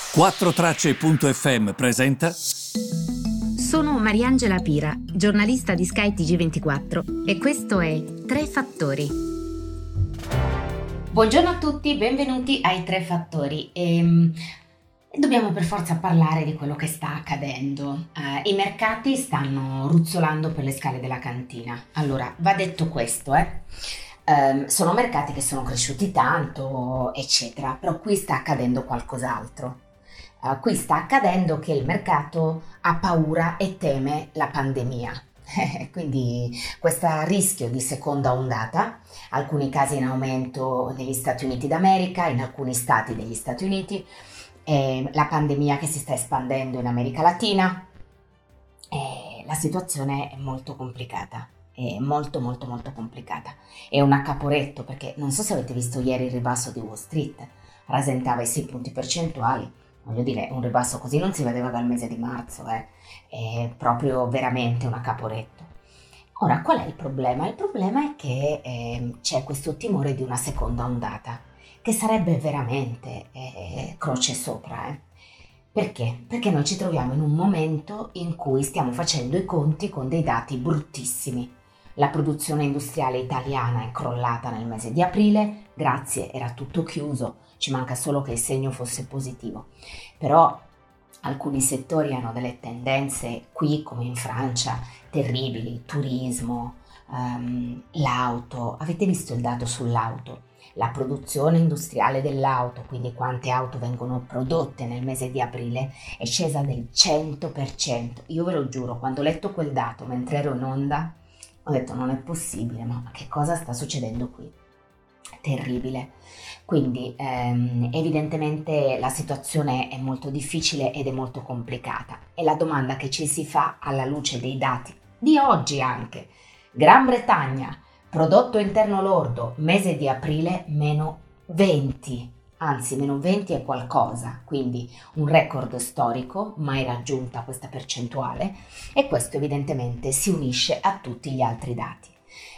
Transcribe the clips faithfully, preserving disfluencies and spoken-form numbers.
quattro tracce punto effe emme presenta. Sono Mariangela Pira, giornalista di Sky T G ventiquattro e questo è Tre Fattori. Buongiorno a tutti, benvenuti ai Tre Fattori. E, dobbiamo per forza parlare di quello che sta accadendo. Uh, I mercati stanno ruzzolando per le scale della cantina. Allora, va detto questo, eh. Um, sono mercati che sono cresciuti tanto, eccetera, però qui sta accadendo qualcos'altro. Uh, qui sta accadendo che il mercato ha paura e teme la pandemia. Quindi questo rischio di seconda ondata, alcuni casi in aumento negli Stati Uniti d'America, in alcuni stati degli Stati Uniti, eh, la pandemia che si sta espandendo in America Latina, eh, la situazione è molto complicata. È molto molto molto complicata. È un accaporetto, perché non so se avete visto ieri il ribasso di Wall Street, rasentava i sei punti percentuali. Voglio dire, un ribasso così non si vedeva dal mese di marzo, eh. È proprio veramente un accaporetto. Ora, qual è il problema? Il problema è che eh, c'è questo timore di una seconda ondata, che sarebbe veramente eh, croce sopra, eh. Perché? Perché noi ci troviamo in un momento in cui stiamo facendo i conti con dei dati bruttissimi. La produzione industriale italiana è crollata nel mese di aprile, grazie, era tutto chiuso, ci manca solo che il segno fosse positivo. Però alcuni settori hanno delle tendenze qui come in Francia terribili, turismo, um, l'auto. Avete visto il dato sull'auto? La produzione industriale dell'auto, quindi quante auto vengono prodotte nel mese di aprile, è scesa del cento per cento. Io ve lo giuro, quando ho letto quel dato mentre ero in onda, ho detto non è possibile, ma che cosa sta succedendo qui? Terribile. Quindi ehm, evidentemente la situazione è molto difficile ed è molto complicata e la domanda che ci si fa alla luce dei dati di oggi anche: Gran Bretagna, prodotto interno lordo, mese di aprile meno venti, anzi meno venti è qualcosa, quindi un record storico, mai raggiunta questa percentuale, e questo evidentemente si unisce a tutti gli altri dati.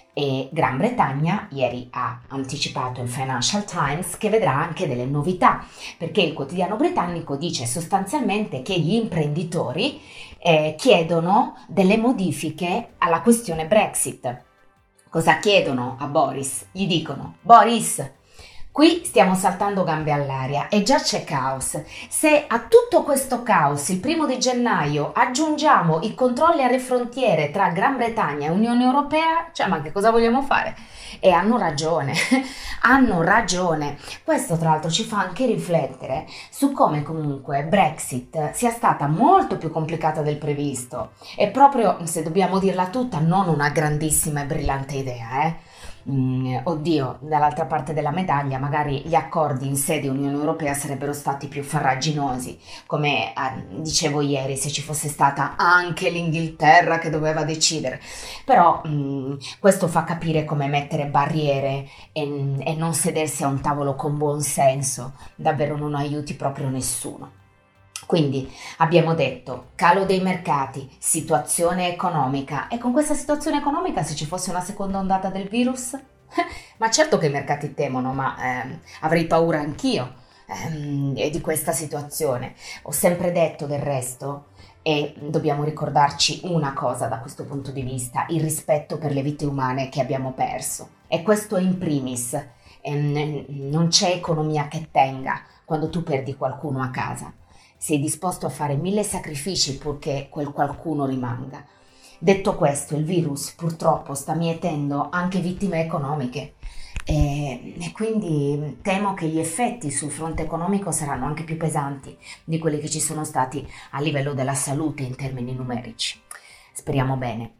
E Gran Bretagna ieri ha anticipato il Financial Times che vedrà anche delle novità, perché il quotidiano britannico dice sostanzialmente che gli imprenditori eh, chiedono delle modifiche alla questione Brexit. Cosa chiedono a Boris? Gli dicono: Boris, qui stiamo saltando gambe all'aria e già c'è caos. Se a tutto questo caos il primo di gennaio aggiungiamo i controlli alle frontiere tra Gran Bretagna e Unione Europea, cioè ma che cosa vogliamo fare? E hanno ragione, hanno ragione. Questo tra l'altro ci fa anche riflettere su come comunque Brexit sia stata molto più complicata del previsto e proprio, se dobbiamo dirla tutta, non una grandissima e brillante idea, eh. Mm, oddio, dall'altra parte della medaglia magari gli accordi in sede Unione Europea sarebbero stati più farraginosi, come eh, dicevo ieri, se ci fosse stata anche l'Inghilterra che doveva decidere. Però mm, questo fa capire come mettere barriere e, e non sedersi a un tavolo con buon senso davvero non aiuti proprio nessuno. Quindi abbiamo detto calo dei mercati, situazione economica, e con questa situazione economica se ci fosse una seconda ondata del virus, ma certo che i mercati temono, ma ehm, avrei paura anch'io ehm, di questa situazione. Ho sempre detto del resto, e dobbiamo ricordarci una cosa da questo punto di vista: il rispetto per le vite umane che abbiamo perso, e questo è in primis. Ehm, non c'è economia che tenga quando tu perdi qualcuno a casa. Sei disposto a fare mille sacrifici purché quel qualcuno rimanga. Detto questo, il virus purtroppo sta mietendo anche vittime economiche e, e quindi temo che gli effetti sul fronte economico saranno anche più pesanti di quelli che ci sono stati a livello della salute in termini numerici. Speriamo bene.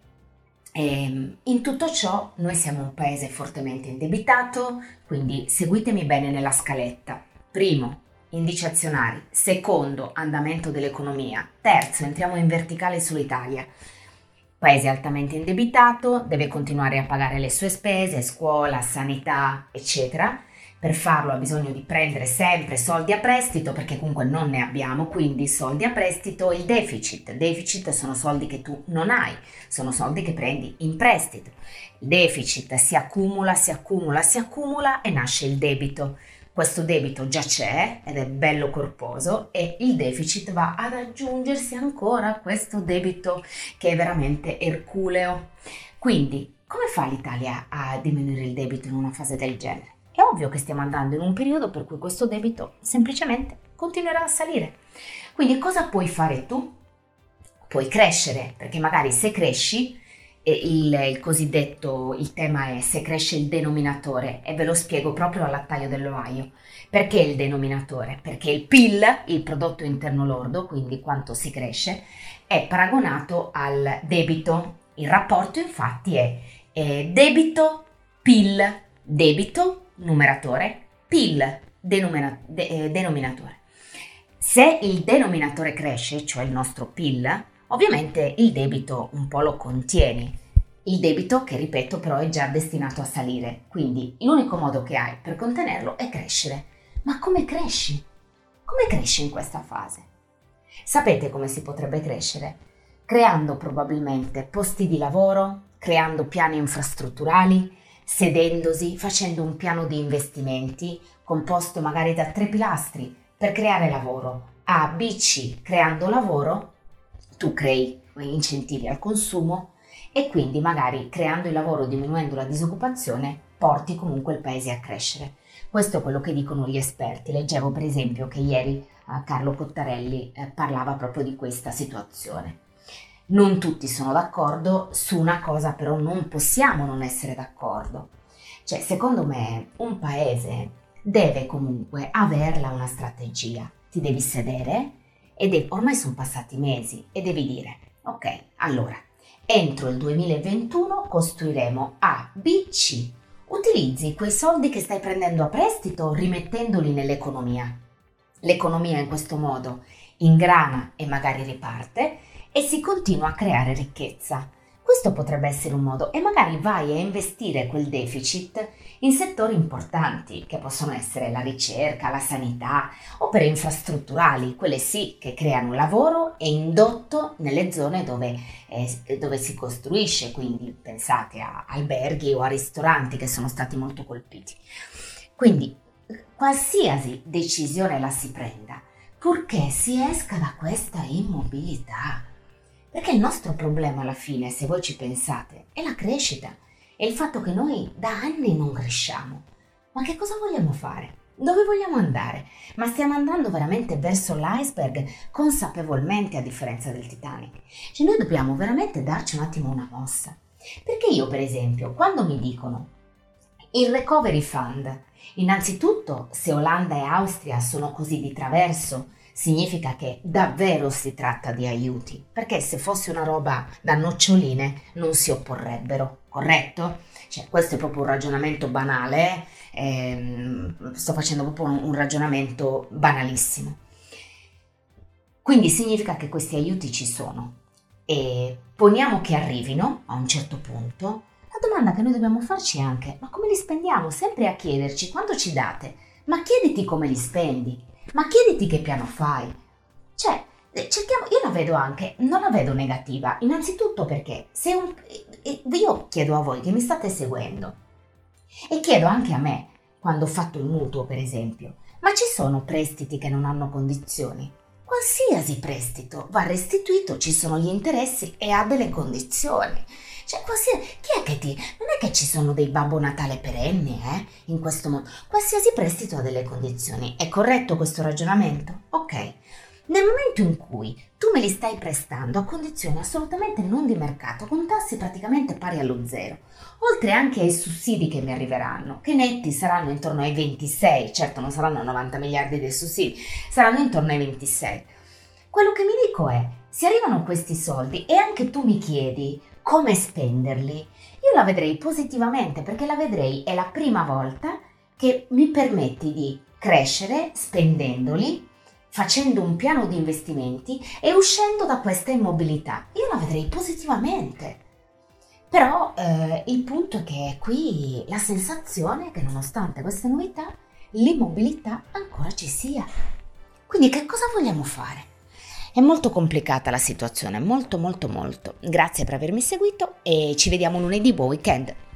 E in tutto ciò noi siamo un paese fortemente indebitato, quindi seguitemi bene nella scaletta. Primo, indici azionari. Secondo, andamento dell'economia. Terzo, entriamo in verticale sull'Italia. Paese altamente indebitato, deve continuare a pagare le sue spese, scuola, sanità, eccetera. Per farlo ha bisogno di prendere sempre soldi a prestito, perché comunque non ne abbiamo, quindi soldi a prestito. Il deficit. Deficit sono soldi che tu non hai, sono soldi che prendi in prestito. Il deficit si accumula, si accumula, si accumula e nasce il debito. Questo debito già c'è ed è bello corposo e il deficit va ad aggiungersi ancora a questo debito che è veramente erculeo. Quindi, come fa l'Italia a diminuire il debito in una fase del genere? È ovvio che stiamo andando in un periodo per cui questo debito semplicemente continuerà a salire. Quindi cosa puoi fare tu? Puoi crescere, perché magari se cresci, il, il cosiddetto, il tema è se cresce il denominatore, e ve lo spiego proprio al lattaio dell'Ohio. Perché il denominatore? Perché il P I L, il prodotto interno lordo, quindi quanto si cresce, è paragonato al debito. Il rapporto infatti è eh, debito P I L, debito numeratore, P I L denomina, de, eh, denominatore. Se il denominatore cresce, cioè il nostro P I L, ovviamente il debito un po' lo contieni. Il debito, che ripeto però, è già destinato a salire, quindi l'unico modo che hai per contenerlo è crescere. Ma come cresci? Come cresci in questa fase? Sapete come si potrebbe crescere? Creando probabilmente posti di lavoro, creando piani infrastrutturali, sedendosi, facendo un piano di investimenti composto magari da tre pilastri per creare lavoro. A, B, C, creando lavoro, tu crei incentivi al consumo e quindi magari creando il lavoro, diminuendo la disoccupazione, porti comunque il paese a crescere. Questo è quello che dicono gli esperti. Leggevo per esempio che ieri eh, Carlo Cottarelli eh, parlava proprio di questa situazione. Non tutti sono d'accordo, su una cosa però non possiamo non essere d'accordo. Cioè, secondo me, un paese deve comunque averla una strategia. Ti devi sedere ed è, ormai sono passati mesi e devi dire, ok, allora, entro il duemilaventuno costruiremo A, B, C. Utilizzi quei soldi che stai prendendo a prestito rimettendoli nell'economia. L'economia in questo modo ingrana e magari riparte e si continua a creare ricchezza. Questo potrebbe essere un modo, e magari vai a investire quel deficit in settori importanti che possono essere la ricerca, la sanità, opere infrastrutturali, quelle sì che creano lavoro e indotto nelle zone dove, eh, dove si costruisce, quindi pensate a alberghi o a ristoranti che sono stati molto colpiti. Quindi qualsiasi decisione la si prenda, purché si esca da questa immobilità. Perché il nostro problema alla fine, se voi ci pensate, è la crescita, è il fatto che noi da anni non cresciamo. Ma che cosa vogliamo fare? Dove vogliamo andare? Ma stiamo andando veramente verso l'iceberg consapevolmente, a differenza del Titanic. Cioè noi dobbiamo veramente darci un attimo una mossa. Perché io, per esempio, quando mi dicono il recovery fund, innanzitutto se Olanda e Austria sono così di traverso, significa che davvero si tratta di aiuti, perché se fosse una roba da noccioline non si opporrebbero, corretto? Cioè, questo è proprio un ragionamento banale, eh, sto facendo proprio un, un ragionamento banalissimo. Quindi significa che questi aiuti ci sono e poniamo che arrivino a un certo punto. La domanda che noi dobbiamo farci è anche, ma come li spendiamo? Sempre a chiederci quanto ci date, ma chiediti come li spendi. Ma chiediti che piano fai. Cioè, cerchiamo, io la vedo anche, non la vedo negativa, innanzitutto perché se un, io chiedo a voi che mi state seguendo e chiedo anche a me, quando ho fatto il mutuo per esempio, ma ci sono prestiti che non hanno condizioni? Qualsiasi prestito va restituito, ci sono gli interessi e ha delle condizioni. Cioè, qualsiasi, chi è che ti... Non è che ci sono dei Babbo Natale perenni, eh, in questo mondo. Qualsiasi prestito ha delle condizioni. È corretto questo ragionamento? Ok. Nel momento in cui tu me li stai prestando a condizioni assolutamente non di mercato, con tassi praticamente pari allo zero, oltre anche ai sussidi che mi arriveranno, che netti saranno intorno ai ventisei, certo non saranno novanta miliardi dei sussidi, saranno intorno ai ventisei. Quello che mi dico è, se arrivano questi soldi e anche tu mi chiedi come spenderli, io la vedrei positivamente, perché la vedrei è la prima volta che mi permetti di crescere spendendoli, facendo un piano di investimenti e uscendo da questa immobilità. Io la vedrei positivamente. Però eh, il punto è che qui la sensazione è che nonostante queste novità l'immobilità ancora ci sia. Quindi che cosa vogliamo fare? È molto complicata la situazione, molto molto molto. Grazie per avermi seguito e ci vediamo lunedì, buon weekend!